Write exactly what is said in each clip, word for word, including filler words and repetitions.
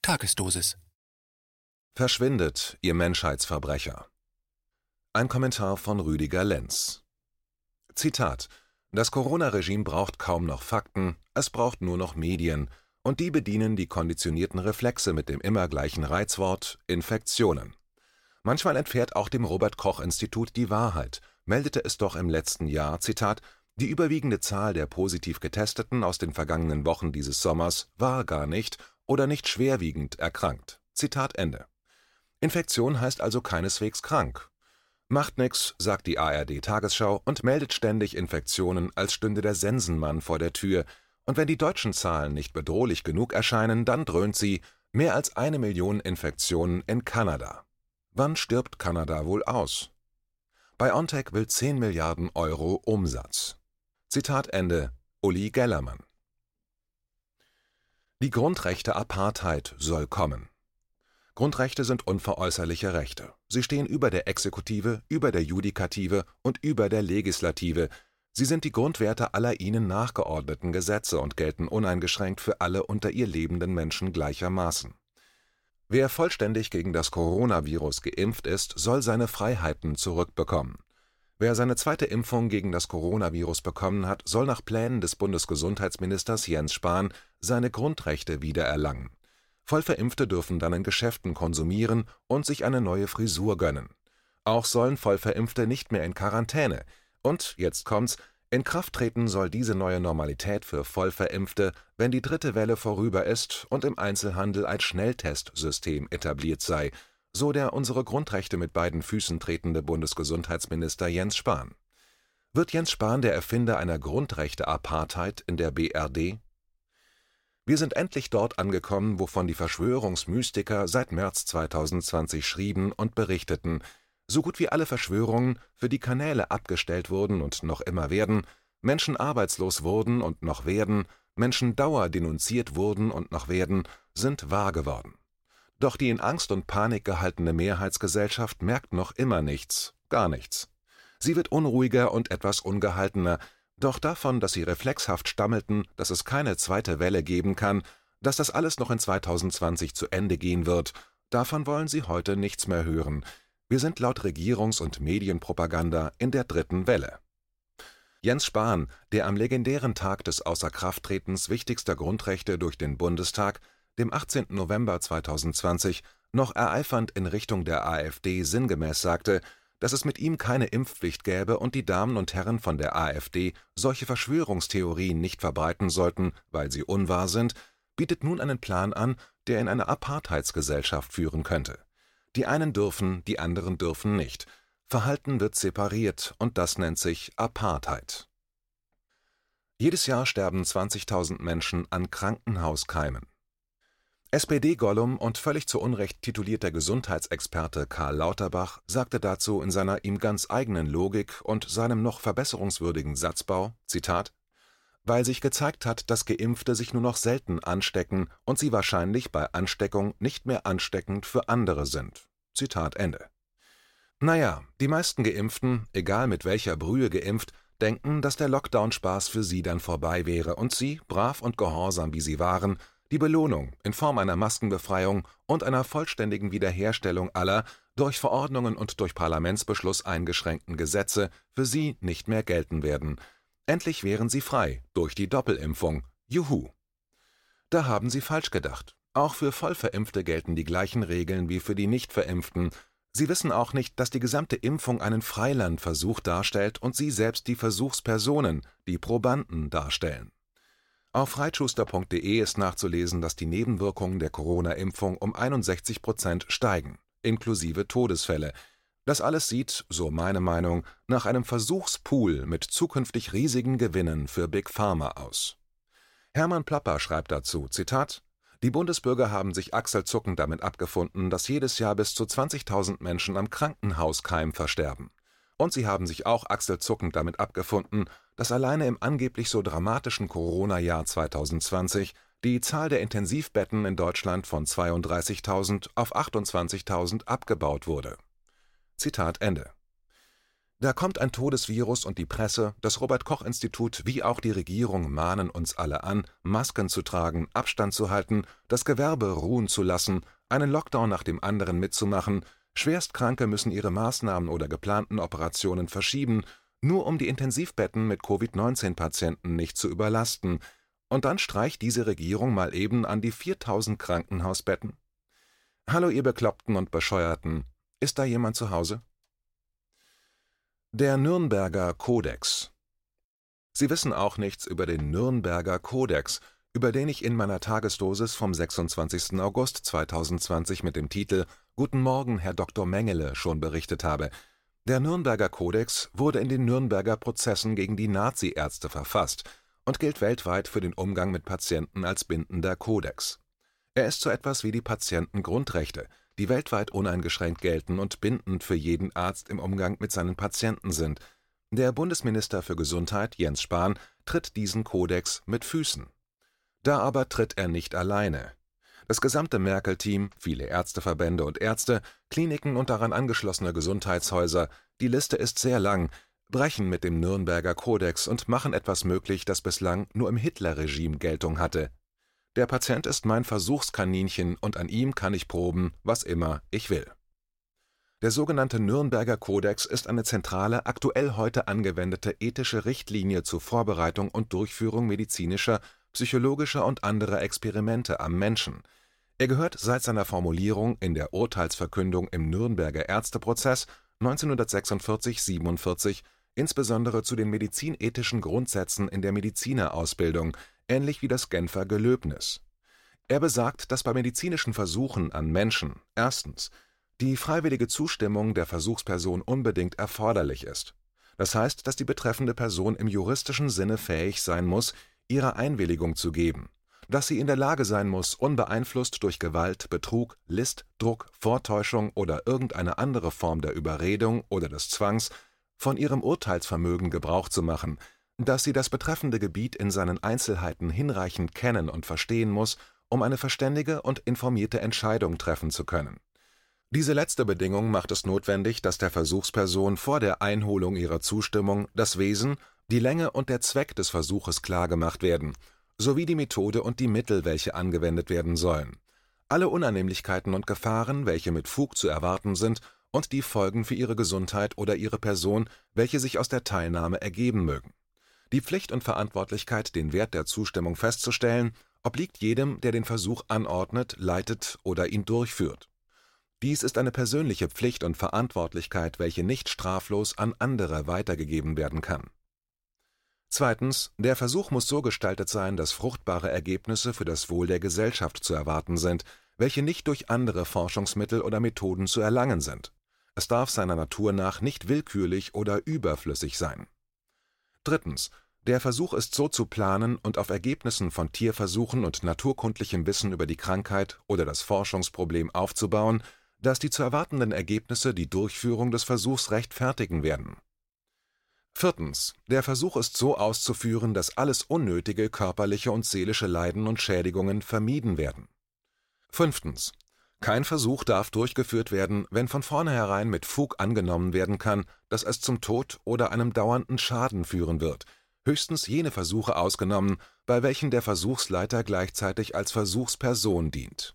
Tagesdosis. Verschwindet, ihr Menschheitsverbrecher. Ein Kommentar von Rüdiger Lenz. Zitat: Das Corona-Regime braucht kaum noch Fakten, es braucht nur noch Medien, und die bedienen die konditionierten Reflexe mit dem immer gleichen Reizwort Infektionen. Manchmal entfährt auch dem Robert-Koch-Institut die Wahrheit, meldete es doch im letzten Jahr, Zitat: Die überwiegende Zahl der positiv Getesteten aus den vergangenen Wochen dieses Sommers war gar nicht oder nicht schwerwiegend erkrankt. Zitat Ende. Infektion heißt also keineswegs krank. Macht nix, sagt die A R D-Tagesschau und meldet ständig Infektionen, als stünde der Sensenmann vor der Tür. Und wenn die deutschen Zahlen nicht bedrohlich genug erscheinen, dann dröhnt sie: mehr als eine Million Infektionen in Kanada. Wann stirbt Kanada wohl aus? BioNTech will zehn Milliarden Euro Umsatz. Zitat Ende, Uli Gellermann. Die Grundrechte Apartheid soll kommen. Grundrechte sind unveräußerliche Rechte. Sie stehen über der Exekutive, über der Judikative und über der Legislative. Sie sind die Grundwerte aller ihnen nachgeordneten Gesetze und gelten uneingeschränkt für alle unter ihr lebenden Menschen gleichermaßen. Wer vollständig gegen das Coronavirus geimpft ist, soll seine Freiheiten zurückbekommen. Wer seine zweite Impfung gegen das Coronavirus bekommen hat, soll nach Plänen des Bundesgesundheitsministers Jens Spahn seine Grundrechte wiedererlangen. Vollverimpfte dürfen dann in Geschäften konsumieren und sich eine neue Frisur gönnen. Auch sollen Vollverimpfte nicht mehr in Quarantäne. Und, jetzt kommt's, in Kraft treten soll diese neue Normalität für Vollverimpfte, wenn die dritte Welle vorüber ist und im Einzelhandel ein Schnelltestsystem etabliert sei, so der unsere Grundrechte mit beiden Füßen tretende Bundesgesundheitsminister Jens Spahn. Wird Jens Spahn der Erfinder einer Grundrechte-Apartheid in der B R D? Wir sind endlich dort angekommen, wovon die Verschwörungsmystiker seit März zweitausendzwanzig schrieben und berichteten. So gut wie alle Verschwörungen, für die Kanäle abgestellt wurden und noch immer werden, Menschen arbeitslos wurden und noch werden, Menschen dauerdenunziert wurden und noch werden, sind wahr geworden. Doch die in Angst und Panik gehaltene Mehrheitsgesellschaft merkt noch immer nichts, gar nichts. Sie wird unruhiger und etwas ungehaltener, doch davon, dass sie reflexhaft stammelten, dass es keine zweite Welle geben kann, dass das alles noch in zweitausendzwanzig zu Ende gehen wird, davon wollen sie heute nichts mehr hören. Wir sind laut Regierungs- und Medienpropaganda in der dritten Welle. Jens Spahn, der am legendären Tag des Außerkrafttretens wichtigster Grundrechte durch den Bundestag, dem achtzehnten November zweitausendzwanzig, noch ereifernd in Richtung der AfD sinngemäß sagte, dass es mit ihm keine Impfpflicht gäbe und die Damen und Herren von der AfD solche Verschwörungstheorien nicht verbreiten sollten, weil sie unwahr sind, bietet nun einen Plan an, der in eine Apartheidsgesellschaft führen könnte. Die einen dürfen, die anderen dürfen nicht. Verhalten wird separiert und das nennt sich Apartheid. Jedes Jahr sterben zwanzigtausend Menschen an Krankenhauskeimen. S P D-Gollum und völlig zu Unrecht titulierter Gesundheitsexperte Karl Lauterbach sagte dazu in seiner ihm ganz eigenen Logik und seinem noch verbesserungswürdigen Satzbau, Zitat: Weil sich gezeigt hat, dass Geimpfte sich nur noch selten anstecken und sie wahrscheinlich bei Ansteckung nicht mehr ansteckend für andere sind. Zitat Ende. Naja, die meisten Geimpften, egal mit welcher Brühe geimpft, denken, dass der Lockdown-Spaß für sie dann vorbei wäre und sie, brav und gehorsam wie sie waren, die Belohnung in Form einer Maskenbefreiung und einer vollständigen Wiederherstellung aller durch Verordnungen und durch Parlamentsbeschluss eingeschränkten Gesetze für sie nicht mehr gelten werden. Endlich wären sie frei durch die Doppelimpfung. Juhu! Da haben sie falsch gedacht. Auch für Vollverimpfte gelten die gleichen Regeln wie für die Nichtverimpften. Sie wissen auch nicht, dass die gesamte Impfung einen Freilandversuch darstellt und sie selbst die Versuchspersonen, die Probanden, darstellen. Auf reitschuster punkt de ist nachzulesen, dass die Nebenwirkungen der Corona-Impfung um einundsechzig Prozent steigen, inklusive Todesfälle. Das alles sieht, so meine Meinung, nach einem Versuchspool mit zukünftig riesigen Gewinnen für Big Pharma aus. Hermann Plapper schreibt dazu, Zitat: Die Bundesbürger haben sich achselzuckend damit abgefunden, dass jedes Jahr bis zu zwanzigtausend Menschen am Krankenhauskeim versterben. Und sie haben sich auch achselzuckend damit abgefunden, dass alleine im angeblich so dramatischen Corona-Jahr zweitausendzwanzig die Zahl der Intensivbetten in Deutschland von zweiunddreißigtausend auf achtundzwanzigtausend abgebaut wurde. Zitat Ende. Da kommt ein Todesvirus und die Presse, das Robert-Koch-Institut wie auch die Regierung mahnen uns alle an, Masken zu tragen, Abstand zu halten, das Gewerbe ruhen zu lassen, einen Lockdown nach dem anderen mitzumachen, Schwerstkranke müssen ihre Maßnahmen oder geplanten Operationen verschieben, nur um die Intensivbetten mit Covid neunzehn Patienten nicht zu überlasten. Und dann streicht diese Regierung mal eben an die viertausend Krankenhausbetten. Hallo ihr Bekloppten und Bescheuerten, ist da jemand zu Hause? Der Nürnberger Kodex. Sie wissen auch nichts über den Nürnberger Kodex, über den ich in meiner Tagesdosis vom sechsundzwanzigsten August zweitausendzwanzig mit dem Titel »Guten Morgen, Herr Doktor Mengele« schon berichtet habe. Der Nürnberger Kodex wurde in den Nürnberger Prozessen gegen die Nazi-Ärzte verfasst und gilt weltweit für den Umgang mit Patienten als bindender Kodex. Er ist so etwas wie die Patientengrundrechte, die weltweit uneingeschränkt gelten und bindend für jeden Arzt im Umgang mit seinen Patienten sind. Der Bundesminister für Gesundheit, Jens Spahn, tritt diesen Kodex mit Füßen. Da aber tritt er nicht alleine. Das gesamte Merkel-Team, viele Ärzteverbände und Ärzte, Kliniken und daran angeschlossene Gesundheitshäuser, die Liste ist sehr lang, brechen mit dem Nürnberger Kodex und machen etwas möglich, das bislang nur im Hitler-Regime Geltung hatte. Der Patient ist mein Versuchskaninchen und an ihm kann ich proben, was immer ich will. Der sogenannte Nürnberger Kodex ist eine zentrale, aktuell heute angewendete ethische Richtlinie zur Vorbereitung und Durchführung medizinischer, psychologischer und anderer Experimente am Menschen. Er gehört seit seiner Formulierung in der Urteilsverkündung im Nürnberger Ärzteprozess neunzehnhundertsechsundvierzig siebenundvierzig insbesondere zu den medizinethischen Grundsätzen in der Medizinerausbildung, ähnlich wie das Genfer Gelöbnis. Er besagt, dass bei medizinischen Versuchen an Menschen erstens die freiwillige Zustimmung der Versuchsperson unbedingt erforderlich ist. Das heißt, dass die betreffende Person im juristischen Sinne fähig sein muss, ihre Einwilligung zu geben, dass sie in der Lage sein muss, unbeeinflusst durch Gewalt, Betrug, List, Druck, Vortäuschung oder irgendeine andere Form der Überredung oder des Zwangs von ihrem Urteilsvermögen Gebrauch zu machen, dass sie das betreffende Gebiet in seinen Einzelheiten hinreichend kennen und verstehen muss, um eine verständige und informierte Entscheidung treffen zu können. Diese letzte Bedingung macht es notwendig, dass der Versuchsperson vor der Einholung ihrer Zustimmung das Wesen, die Länge und der Zweck des Versuches klargemacht werden, sowie die Methode und die Mittel, welche angewendet werden sollen, alle Unannehmlichkeiten und Gefahren, welche mit Fug zu erwarten sind, und die Folgen für ihre Gesundheit oder ihre Person, welche sich aus der Teilnahme ergeben mögen. Die Pflicht und Verantwortlichkeit, den Wert der Zustimmung festzustellen, obliegt jedem, der den Versuch anordnet, leitet oder ihn durchführt. Dies ist eine persönliche Pflicht und Verantwortlichkeit, welche nicht straflos an andere weitergegeben werden kann. Zweitens, der Versuch muss so gestaltet sein, dass fruchtbare Ergebnisse für das Wohl der Gesellschaft zu erwarten sind, welche nicht durch andere Forschungsmittel oder Methoden zu erlangen sind. Es darf seiner Natur nach nicht willkürlich oder überflüssig sein. Drittens, der Versuch ist so zu planen und auf Ergebnissen von Tierversuchen und naturkundlichem Wissen über die Krankheit oder das Forschungsproblem aufzubauen, dass die zu erwartenden Ergebnisse die Durchführung des Versuchs rechtfertigen werden. Viertens, der Versuch ist so auszuführen, dass alles unnötige körperliche und seelische Leiden und Schädigungen vermieden werden. Fünftens, kein Versuch darf durchgeführt werden, wenn von vornherein mit Fug angenommen werden kann, dass es zum Tod oder einem dauernden Schaden führen wird, höchstens jene Versuche ausgenommen, bei welchen der Versuchsleiter gleichzeitig als Versuchsperson dient.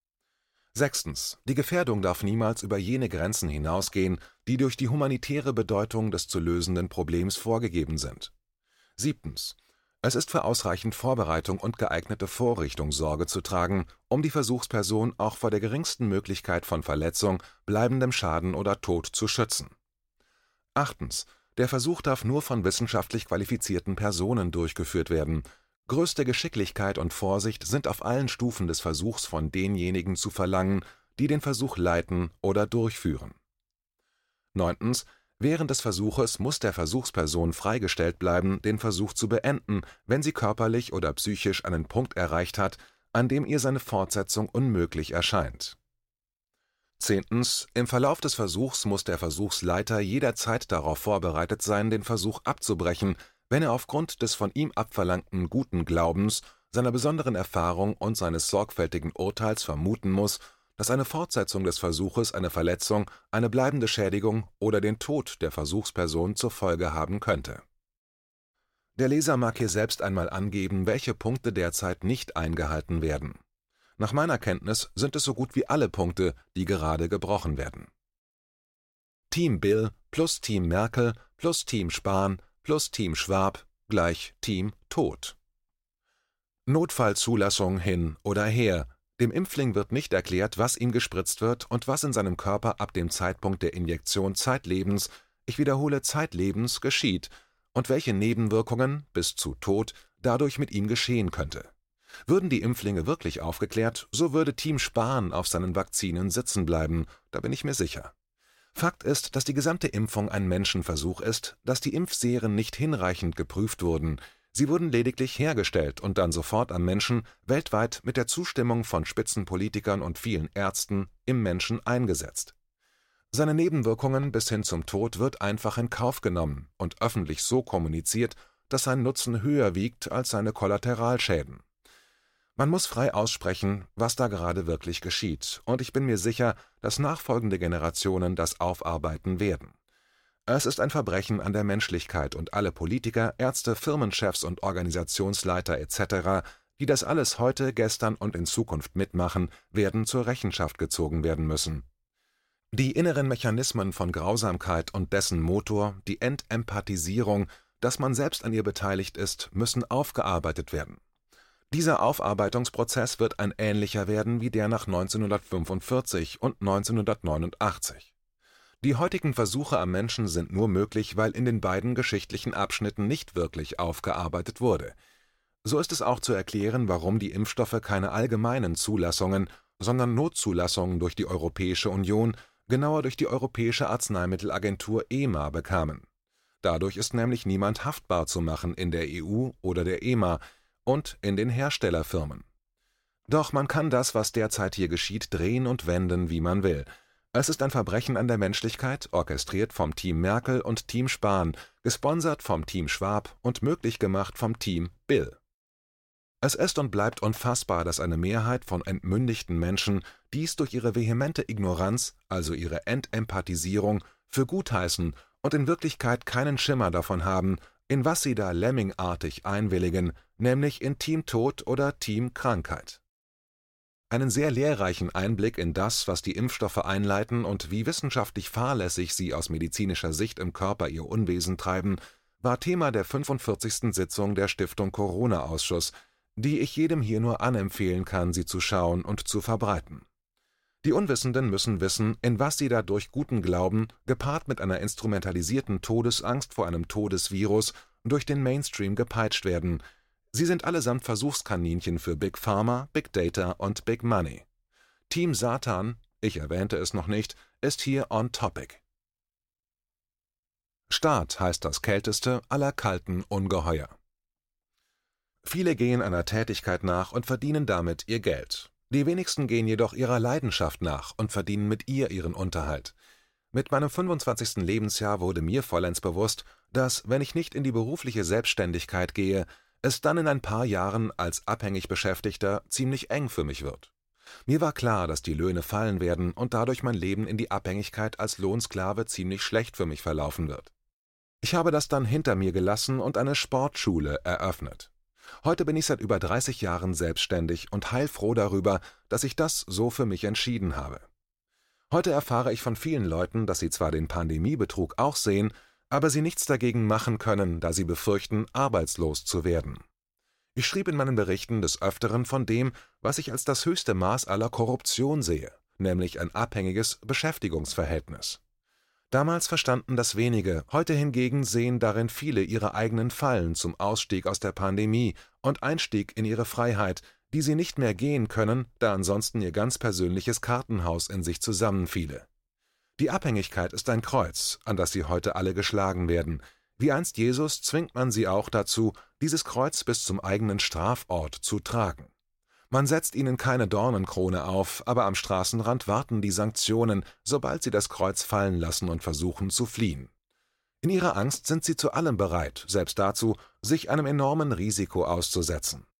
Sechstens, die Gefährdung darf niemals über jene Grenzen hinausgehen, die durch die humanitäre Bedeutung des zu lösenden Problems vorgegeben sind. Siebtens, es ist für ausreichend Vorbereitung und geeignete Vorrichtung Sorge zu tragen, um die Versuchsperson auch vor der geringsten Möglichkeit von Verletzung, bleibendem Schaden oder Tod zu schützen. Achtens, der Versuch darf nur von wissenschaftlich qualifizierten Personen durchgeführt werden. Größte Geschicklichkeit und Vorsicht sind auf allen Stufen des Versuchs von denjenigen zu verlangen, die den Versuch leiten oder durchführen. Neuntens, während des Versuches muss der Versuchsperson freigestellt bleiben, den Versuch zu beenden, wenn sie körperlich oder psychisch einen Punkt erreicht hat, an dem ihr seine Fortsetzung unmöglich erscheint. Zehntens, im Verlauf des Versuchs muss der Versuchsleiter jederzeit darauf vorbereitet sein, den Versuch abzubrechen, wenn er aufgrund des von ihm abverlangten guten Glaubens, seiner besonderen Erfahrung und seines sorgfältigen Urteils vermuten muss, dass eine Fortsetzung des Versuches eine Verletzung, eine bleibende Schädigung oder den Tod der Versuchsperson zur Folge haben könnte. Der Leser mag hier selbst einmal angeben, welche Punkte derzeit nicht eingehalten werden. Nach meiner Kenntnis sind es so gut wie alle Punkte, die gerade gebrochen werden. Team Bill plus Team Merkel plus Team Spahn plus Team Schwab gleich Team Tod. Notfallzulassung hin oder her. Dem Impfling wird nicht erklärt, was ihm gespritzt wird und was in seinem Körper ab dem Zeitpunkt der Injektion zeitlebens, ich wiederhole zeitlebens, geschieht und welche Nebenwirkungen bis zu Tod dadurch mit ihm geschehen könnte. Würden die Impflinge wirklich aufgeklärt, so würde Team Spahn auf seinen Vakzinen sitzen bleiben, da bin ich mir sicher. Fakt ist, dass die gesamte Impfung ein Menschenversuch ist, dass die Impfserien nicht hinreichend geprüft wurden. Sie wurden lediglich hergestellt und dann sofort am Menschen, weltweit mit der Zustimmung von Spitzenpolitikern und vielen Ärzten, im Menschen eingesetzt. Seine Nebenwirkungen bis hin zum Tod wird einfach in Kauf genommen und öffentlich so kommuniziert, dass sein Nutzen höher wiegt als seine Kollateralschäden. Man muss frei aussprechen, was da gerade wirklich geschieht, und ich bin mir sicher, dass nachfolgende Generationen das aufarbeiten werden. Es ist ein Verbrechen an der Menschlichkeit und alle Politiker, Ärzte, Firmenchefs und Organisationsleiter et cetera, die das alles heute, gestern und in Zukunft mitmachen, werden zur Rechenschaft gezogen werden müssen. Die inneren Mechanismen von Grausamkeit und dessen Motor, die Entempathisierung, dass man selbst an ihr beteiligt ist, müssen aufgearbeitet werden. Dieser Aufarbeitungsprozess wird ein ähnlicher werden wie der nach neunzehnhundertfünfundvierzig und neunzehnhundertneunundachtzig. Die heutigen Versuche am Menschen sind nur möglich, weil in den beiden geschichtlichen Abschnitten nicht wirklich aufgearbeitet wurde. So ist es auch zu erklären, warum die Impfstoffe keine allgemeinen Zulassungen, sondern Notzulassungen durch die Europäische Union, genauer durch die Europäische Arzneimittelagentur E M A bekamen. Dadurch ist nämlich niemand haftbar zu machen in der E U oder der E M A und in den Herstellerfirmen. Doch man kann das, was derzeit hier geschieht, drehen und wenden, wie man will. Es ist ein Verbrechen an der Menschlichkeit, orchestriert vom Team Merkel und Team Spahn, gesponsert vom Team Schwab und möglich gemacht vom Team Bill. Es ist und bleibt unfassbar, dass eine Mehrheit von entmündigten Menschen dies durch ihre vehemente Ignoranz, also ihre Entempathisierung, für gutheißen und in Wirklichkeit keinen Schimmer davon haben, in was sie da lemmingartig einwilligen, nämlich in Team Tod oder Team Krankheit. Einen sehr lehrreichen Einblick in das, was die Impfstoffe einleiten und wie wissenschaftlich fahrlässig sie aus medizinischer Sicht im Körper ihr Unwesen treiben, war Thema der fünfundvierzigsten Sitzung der Stiftung Corona-Ausschuss, die ich jedem hier nur anempfehlen kann, sie zu schauen und zu verbreiten. Die Unwissenden müssen wissen, in was sie da durch guten Glauben, gepaart mit einer instrumentalisierten Todesangst vor einem Todesvirus, durch den Mainstream gepeitscht werden. Sie sind allesamt Versuchskaninchen für Big Pharma, Big Data und Big Money. Team Satan, ich erwähnte es noch nicht, ist hier on topic. Staat heißt das kälteste aller kalten Ungeheuer. Viele gehen einer Tätigkeit nach und verdienen damit ihr Geld. Die wenigsten gehen jedoch ihrer Leidenschaft nach und verdienen mit ihr ihren Unterhalt. Mit meinem fünfundzwanzigsten Lebensjahr wurde mir vollends bewusst, dass, wenn ich nicht in die berufliche Selbstständigkeit gehe, es dann in ein paar Jahren als abhängig Beschäftigter ziemlich eng für mich wird. Mir war klar, dass die Löhne fallen werden und dadurch mein Leben in die Abhängigkeit als Lohnsklave ziemlich schlecht für mich verlaufen wird. Ich habe das dann hinter mir gelassen und eine Sportschule eröffnet. Heute bin ich seit über dreißig Jahren selbstständig und heilfroh darüber, dass ich das so für mich entschieden habe. Heute erfahre ich von vielen Leuten, dass sie zwar den Pandemiebetrug auch sehen, aber sie nichts dagegen machen können, da sie befürchten, arbeitslos zu werden. Ich schrieb in meinen Berichten des Öfteren von dem, was ich als das höchste Maß aller Korruption sehe, nämlich ein abhängiges Beschäftigungsverhältnis. Damals verstanden das wenige, heute hingegen sehen darin viele ihre eigenen Fallen zum Ausstieg aus der Pandemie und Einstieg in ihre Freiheit, die sie nicht mehr gehen können, da ansonsten ihr ganz persönliches Kartenhaus in sich zusammenfiele. Die Abhängigkeit ist ein Kreuz, an das sie heute alle geschlagen werden. Wie einst Jesus zwingt man sie auch dazu, dieses Kreuz bis zum eigenen Strafort zu tragen. Man setzt ihnen keine Dornenkrone auf, aber am Straßenrand warten die Sanktionen, sobald sie das Kreuz fallen lassen und versuchen zu fliehen. In ihrer Angst sind sie zu allem bereit, selbst dazu, sich einem enormen Risiko auszusetzen.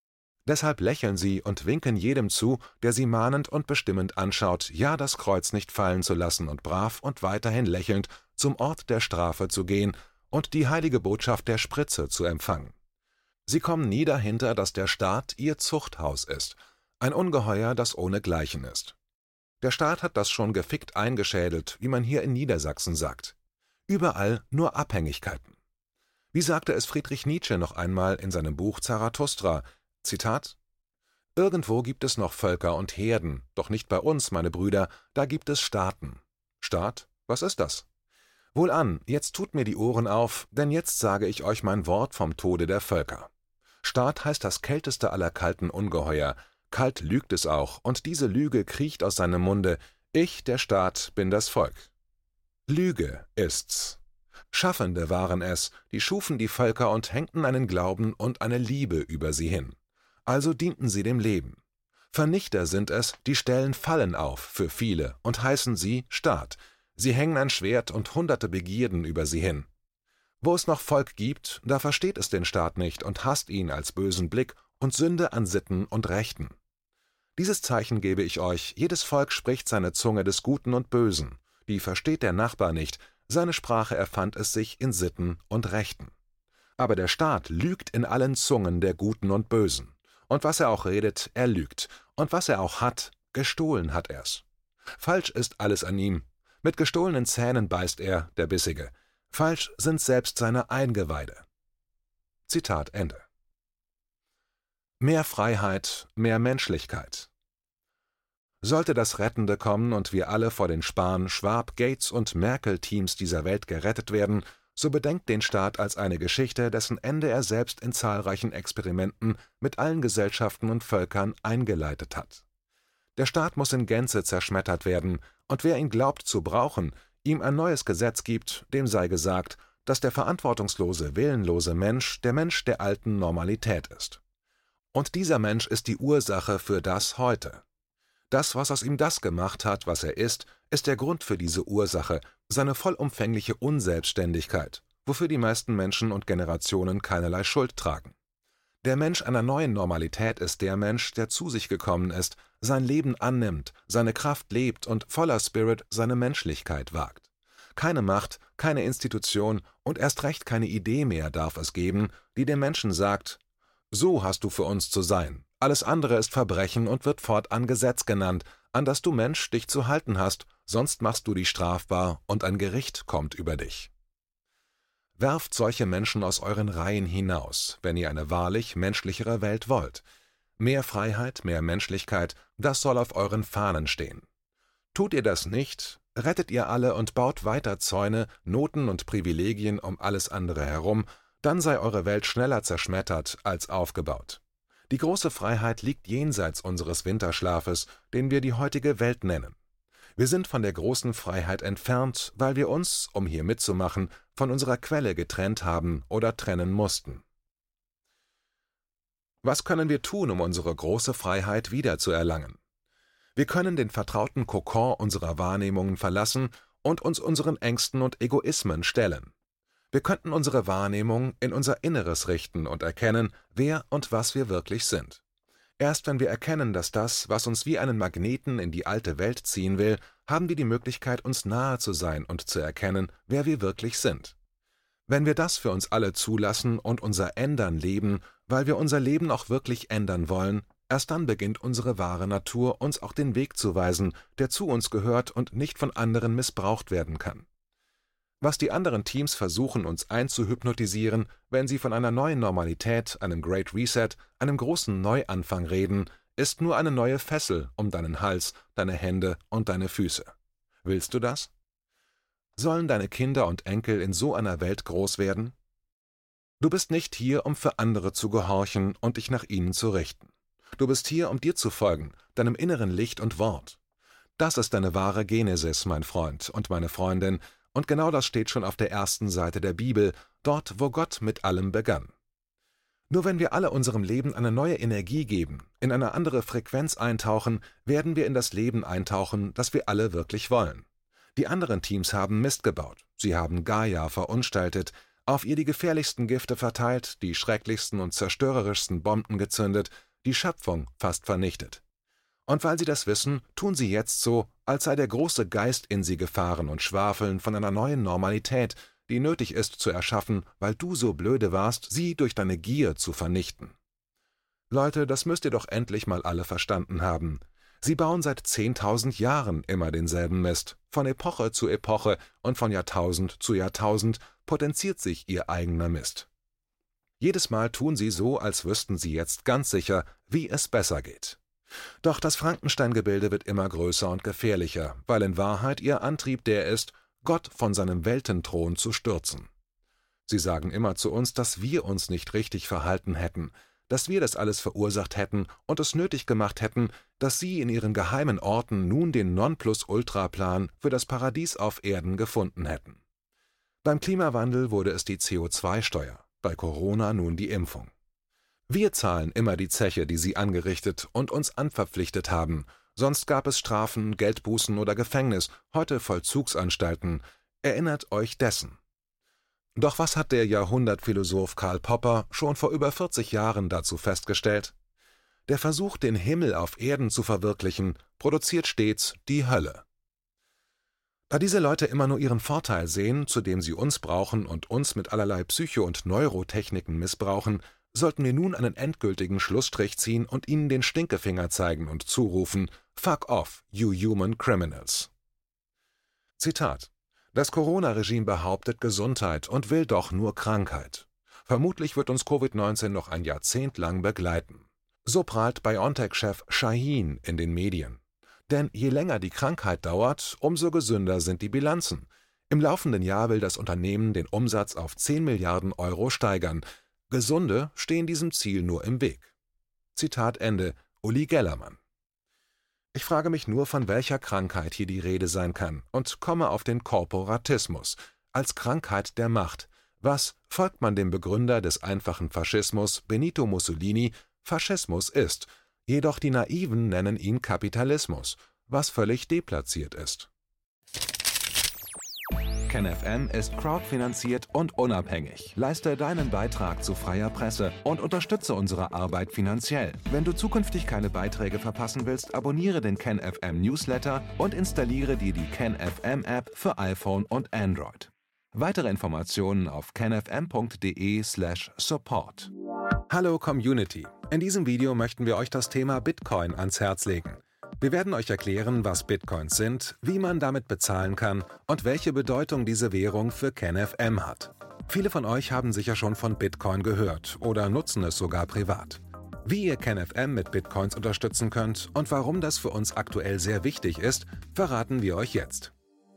Deshalb lächeln sie und winken jedem zu, der sie mahnend und bestimmend anschaut, ja das Kreuz nicht fallen zu lassen und brav und weiterhin lächelnd zum Ort der Strafe zu gehen und die heilige Botschaft der Spritze zu empfangen. Sie kommen nie dahinter, dass der Staat ihr Zuchthaus ist, ein Ungeheuer, das ohnegleichen ist. Der Staat hat das schon gefickt eingeschädelt, wie man hier in Niedersachsen sagt. Überall nur Abhängigkeiten. Wie sagte es Friedrich Nietzsche noch einmal in seinem Buch Zarathustra, Zitat: »Irgendwo gibt es noch Völker und Herden, doch nicht bei uns, meine Brüder, da gibt es Staaten.« Staat? Was ist das? Wohlan, jetzt tut mir die Ohren auf, denn jetzt sage ich euch mein Wort vom Tode der Völker. Staat heißt das kälteste aller kalten Ungeheuer, kalt lügt es auch, und diese Lüge kriecht aus seinem Munde, ich, der Staat, bin das Volk. Lüge ist's. Schaffende waren es, die schufen die Völker und hängten einen Glauben und eine Liebe über sie hin. Also dienten sie dem Leben. Vernichter sind es, die stellen Fallen auf für viele und heißen sie Staat. Sie hängen ein Schwert und hunderte Begierden über sie hin. Wo es noch Volk gibt, da versteht es den Staat nicht und hasst ihn als bösen Blick und Sünde an Sitten und Rechten. Dieses Zeichen gebe ich euch, jedes Volk spricht seine Zunge des Guten und Bösen, die versteht der Nachbar nicht, seine Sprache erfand es sich in Sitten und Rechten. Aber der Staat lügt in allen Zungen der Guten und Bösen. Und was er auch redet, er lügt. Und was er auch hat, gestohlen hat er's. Falsch ist alles an ihm. Mit gestohlenen Zähnen beißt er, der Bissige. Falsch sind selbst seine Eingeweide. Zitat Ende. Mehr Freiheit, mehr Menschlichkeit. Sollte das Rettende kommen und wir alle vor den Spahn, Schwab, Gates und Merkel-Teams dieser Welt gerettet werden, so bedenkt den Staat als eine Geschichte, dessen Ende er selbst in zahlreichen Experimenten mit allen Gesellschaften und Völkern eingeleitet hat. Der Staat muss in Gänze zerschmettert werden, und wer ihn glaubt zu brauchen, ihm ein neues Gesetz gibt, dem sei gesagt, dass der verantwortungslose, willenlose Mensch der Mensch der alten Normalität ist. Und dieser Mensch ist die Ursache für das Heute. Das, was aus ihm das gemacht hat, was er ist, ist der Grund für diese Ursache, seine vollumfängliche Unselbstständigkeit, wofür die meisten Menschen und Generationen keinerlei Schuld tragen. Der Mensch einer neuen Normalität ist der Mensch, der zu sich gekommen ist, sein Leben annimmt, seine Kraft lebt und voller Spirit seine Menschlichkeit wagt. Keine Macht, keine Institution und erst recht keine Idee mehr darf es geben, die dem Menschen sagt: So hast du für uns zu sein. Alles andere ist Verbrechen und wird fortan Gesetz genannt, an das du Mensch dich zu halten hast, sonst machst du dich strafbar und ein Gericht kommt über dich. Werft solche Menschen aus euren Reihen hinaus, wenn ihr eine wahrlich menschlichere Welt wollt. Mehr Freiheit, mehr Menschlichkeit, das soll auf euren Fahnen stehen. Tut ihr das nicht, rettet ihr alle und baut weiter Zäune, Noten und Privilegien um alles andere herum, dann sei eure Welt schneller zerschmettert als aufgebaut. Die große Freiheit liegt jenseits unseres Winterschlafes, den wir die heutige Welt nennen. Wir sind von der großen Freiheit entfernt, weil wir uns, um hier mitzumachen, von unserer Quelle getrennt haben oder trennen mussten. Was können wir tun, um unsere große Freiheit wiederzuerlangen? Wir können den vertrauten Kokon unserer Wahrnehmungen verlassen und uns unseren Ängsten und Egoismen stellen. Wir könnten unsere Wahrnehmung in unser Inneres richten und erkennen, wer und was wir wirklich sind. Erst wenn wir erkennen, dass das, was uns wie einen Magneten in die alte Welt ziehen will, haben wir die Möglichkeit, uns nahe zu sein und zu erkennen, wer wir wirklich sind. Wenn wir das für uns alle zulassen und unser Ändern leben, weil wir unser Leben auch wirklich ändern wollen, erst dann beginnt unsere wahre Natur, uns auch den Weg zu weisen, der zu uns gehört und nicht von anderen missbraucht werden kann. Was die anderen Teams versuchen, uns einzuhypnotisieren, wenn sie von einer neuen Normalität, einem Great Reset, einem großen Neuanfang reden, ist nur eine neue Fessel um deinen Hals, deine Hände und deine Füße. Willst du das? Sollen deine Kinder und Enkel in so einer Welt groß werden? Du bist nicht hier, um für andere zu gehorchen und dich nach ihnen zu richten. Du bist hier, um dir zu folgen, deinem inneren Licht und Wort. Das ist deine wahre Genesis, mein Freund und meine Freundin, und genau das steht schon auf der ersten Seite der Bibel, dort, wo Gott mit allem begann. Nur wenn wir alle unserem Leben eine neue Energie geben, in eine andere Frequenz eintauchen, werden wir in das Leben eintauchen, das wir alle wirklich wollen. Die anderen Teams haben Mist gebaut, sie haben Gaia verunstaltet, auf ihr die gefährlichsten Gifte verteilt, die schrecklichsten und zerstörerischsten Bomben gezündet, die Schöpfung fast vernichtet. Und weil sie das wissen, tun sie jetzt so, als sei der große Geist in sie gefahren und schwafeln von einer neuen Normalität, die nötig ist zu erschaffen, weil du so blöde warst, sie durch deine Gier zu vernichten. Leute, das müsst ihr doch endlich mal alle verstanden haben. Sie bauen seit zehntausend Jahren immer denselben Mist. Von Epoche zu Epoche und von Jahrtausend zu Jahrtausend potenziert sich ihr eigener Mist. Jedes Mal tun sie so, als wüssten sie jetzt ganz sicher, wie es besser geht. Doch das Frankenstein-Gebilde wird immer größer und gefährlicher, weil in Wahrheit ihr Antrieb der ist, Gott von seinem Weltenthron zu stürzen. Sie sagen immer zu uns, dass wir uns nicht richtig verhalten hätten, dass wir das alles verursacht hätten und es nötig gemacht hätten, dass sie in ihren geheimen Orten nun den Nonplusultra-Plan für das Paradies auf Erden gefunden hätten. Beim Klimawandel wurde es die C O zwei Steuer, bei Corona nun die Impfung. Wir zahlen immer die Zeche, die sie angerichtet und uns anverpflichtet haben, sonst gab es Strafen, Geldbußen oder Gefängnis, heute Vollzugsanstalten. Erinnert euch dessen. Doch was hat der Jahrhundertphilosoph Karl Popper schon vor über vierzig Jahren dazu festgestellt? Der Versuch, den Himmel auf Erden zu verwirklichen, produziert stets die Hölle. Da diese Leute immer nur ihren Vorteil sehen, zu dem sie uns brauchen und uns mit allerlei Psycho- und Neurotechniken missbrauchen, sollten wir nun einen endgültigen Schlussstrich ziehen und ihnen den Stinkefinger zeigen und zurufen: Fuck off, you human criminals. Zitat: Das Corona-Regime behauptet Gesundheit und will doch nur Krankheit. Vermutlich wird uns Covid neunzehn noch ein Jahrzehnt lang begleiten. So prahlt BioNTech-Chef Shaheen in den Medien. Denn je länger die Krankheit dauert, umso gesünder sind die Bilanzen. Im laufenden Jahr will das Unternehmen den Umsatz auf zehn Milliarden Euro steigern. Gesunde stehen diesem Ziel nur im Weg. Zitat Ende, Uli Gellermann. Ich frage mich nur, von welcher Krankheit hier die Rede sein kann und komme auf den Korporatismus als Krankheit der Macht. Was, folgt man dem Begründer des einfachen Faschismus, Benito Mussolini, Faschismus ist, jedoch die Naiven nennen ihn Kapitalismus, was völlig deplatziert ist. KenFM ist crowdfinanziert und unabhängig. Leiste deinen Beitrag zu freier Presse und unterstütze unsere Arbeit finanziell. Wenn du zukünftig keine Beiträge verpassen willst, abonniere den KenFM Newsletter und installiere dir die KenFM App für iPhone und Android. Weitere Informationen auf kenfm.de slash support. Hallo Community! In diesem Video möchten wir euch das Thema Bitcoin ans Herz legen. Wir werden euch erklären, was Bitcoins sind, wie man damit bezahlen kann und welche Bedeutung diese Währung für KenFM hat. Viele von euch haben sicher schon von Bitcoin gehört oder nutzen es sogar privat. Wie ihr KenFM mit Bitcoins unterstützen könnt und warum das für uns aktuell sehr wichtig ist, verraten wir euch jetzt.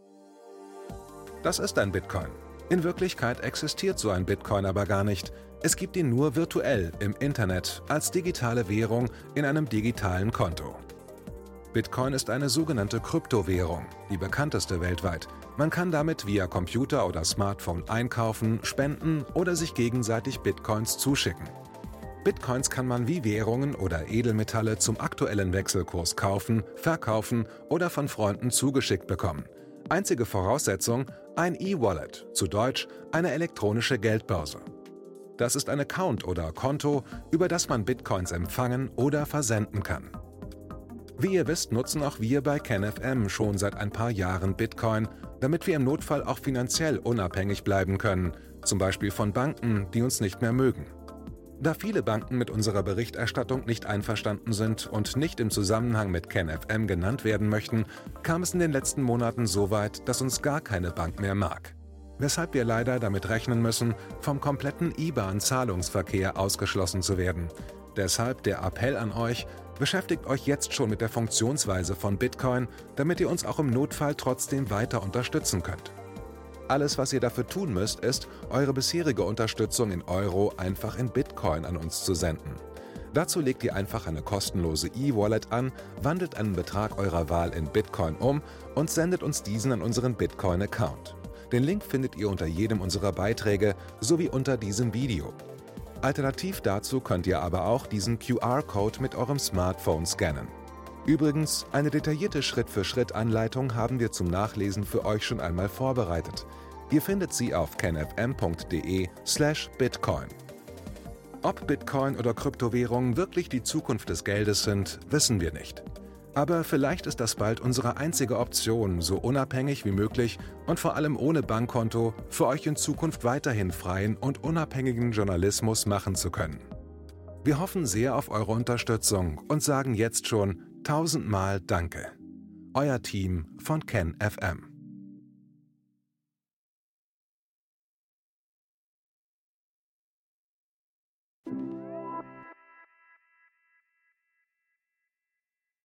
Das ist ein Bitcoin. In Wirklichkeit existiert so ein Bitcoin aber gar nicht. Es gibt ihn nur virtuell im Internet als digitale Währung in einem digitalen Konto. Bitcoin ist eine sogenannte Kryptowährung, die bekannteste weltweit. Man kann damit via Computer oder Smartphone einkaufen, spenden oder sich gegenseitig Bitcoins zuschicken. Bitcoins kann man wie Währungen oder Edelmetalle zum aktuellen Wechselkurs kaufen, verkaufen oder von Freunden zugeschickt bekommen. Einzige Voraussetzung: ein E-Wallet, zu Deutsch eine elektronische Geldbörse. Das ist ein Account oder Konto, über das man Bitcoins empfangen oder versenden kann. Wie ihr wisst, nutzen auch wir bei KenFM schon seit ein paar Jahren Bitcoin, damit wir im Notfall auch finanziell unabhängig bleiben können, zum Beispiel von Banken, die uns nicht mehr mögen. Da viele Banken mit unserer Berichterstattung nicht einverstanden sind und nicht im Zusammenhang mit KenFM genannt werden möchten, kam es in den letzten Monaten so weit, dass uns gar keine Bank mehr mag. Weshalb wir leider damit rechnen müssen, vom kompletten I B A N-Zahlungsverkehr ausgeschlossen zu werden. Deshalb der Appell an euch: Beschäftigt euch jetzt schon mit der Funktionsweise von Bitcoin, damit ihr uns auch im Notfall trotzdem weiter unterstützen könnt. Alles, was ihr dafür tun müsst, ist, eure bisherige Unterstützung in Euro einfach in Bitcoin an uns zu senden. Dazu legt ihr einfach eine kostenlose E-Wallet an, wandelt einen Betrag eurer Wahl in Bitcoin um und sendet uns diesen an unseren Bitcoin-Account. Den Link findet ihr unter jedem unserer Beiträge sowie unter diesem Video. Alternativ dazu könnt ihr aber auch diesen Q R-Code mit eurem Smartphone scannen. Übrigens, eine detaillierte Schritt-für-Schritt-Anleitung haben wir zum Nachlesen für euch schon einmal vorbereitet. Ihr findet sie auf kenfm.de slash bitcoin. Ob Bitcoin oder Kryptowährungen wirklich die Zukunft des Geldes sind, wissen wir nicht. Aber vielleicht ist das bald unsere einzige Option, so unabhängig wie möglich und vor allem ohne Bankkonto für euch in Zukunft weiterhin freien und unabhängigen Journalismus machen zu können. Wir hoffen sehr auf eure Unterstützung und sagen jetzt schon tausendmal Danke. Euer Team von KenFM.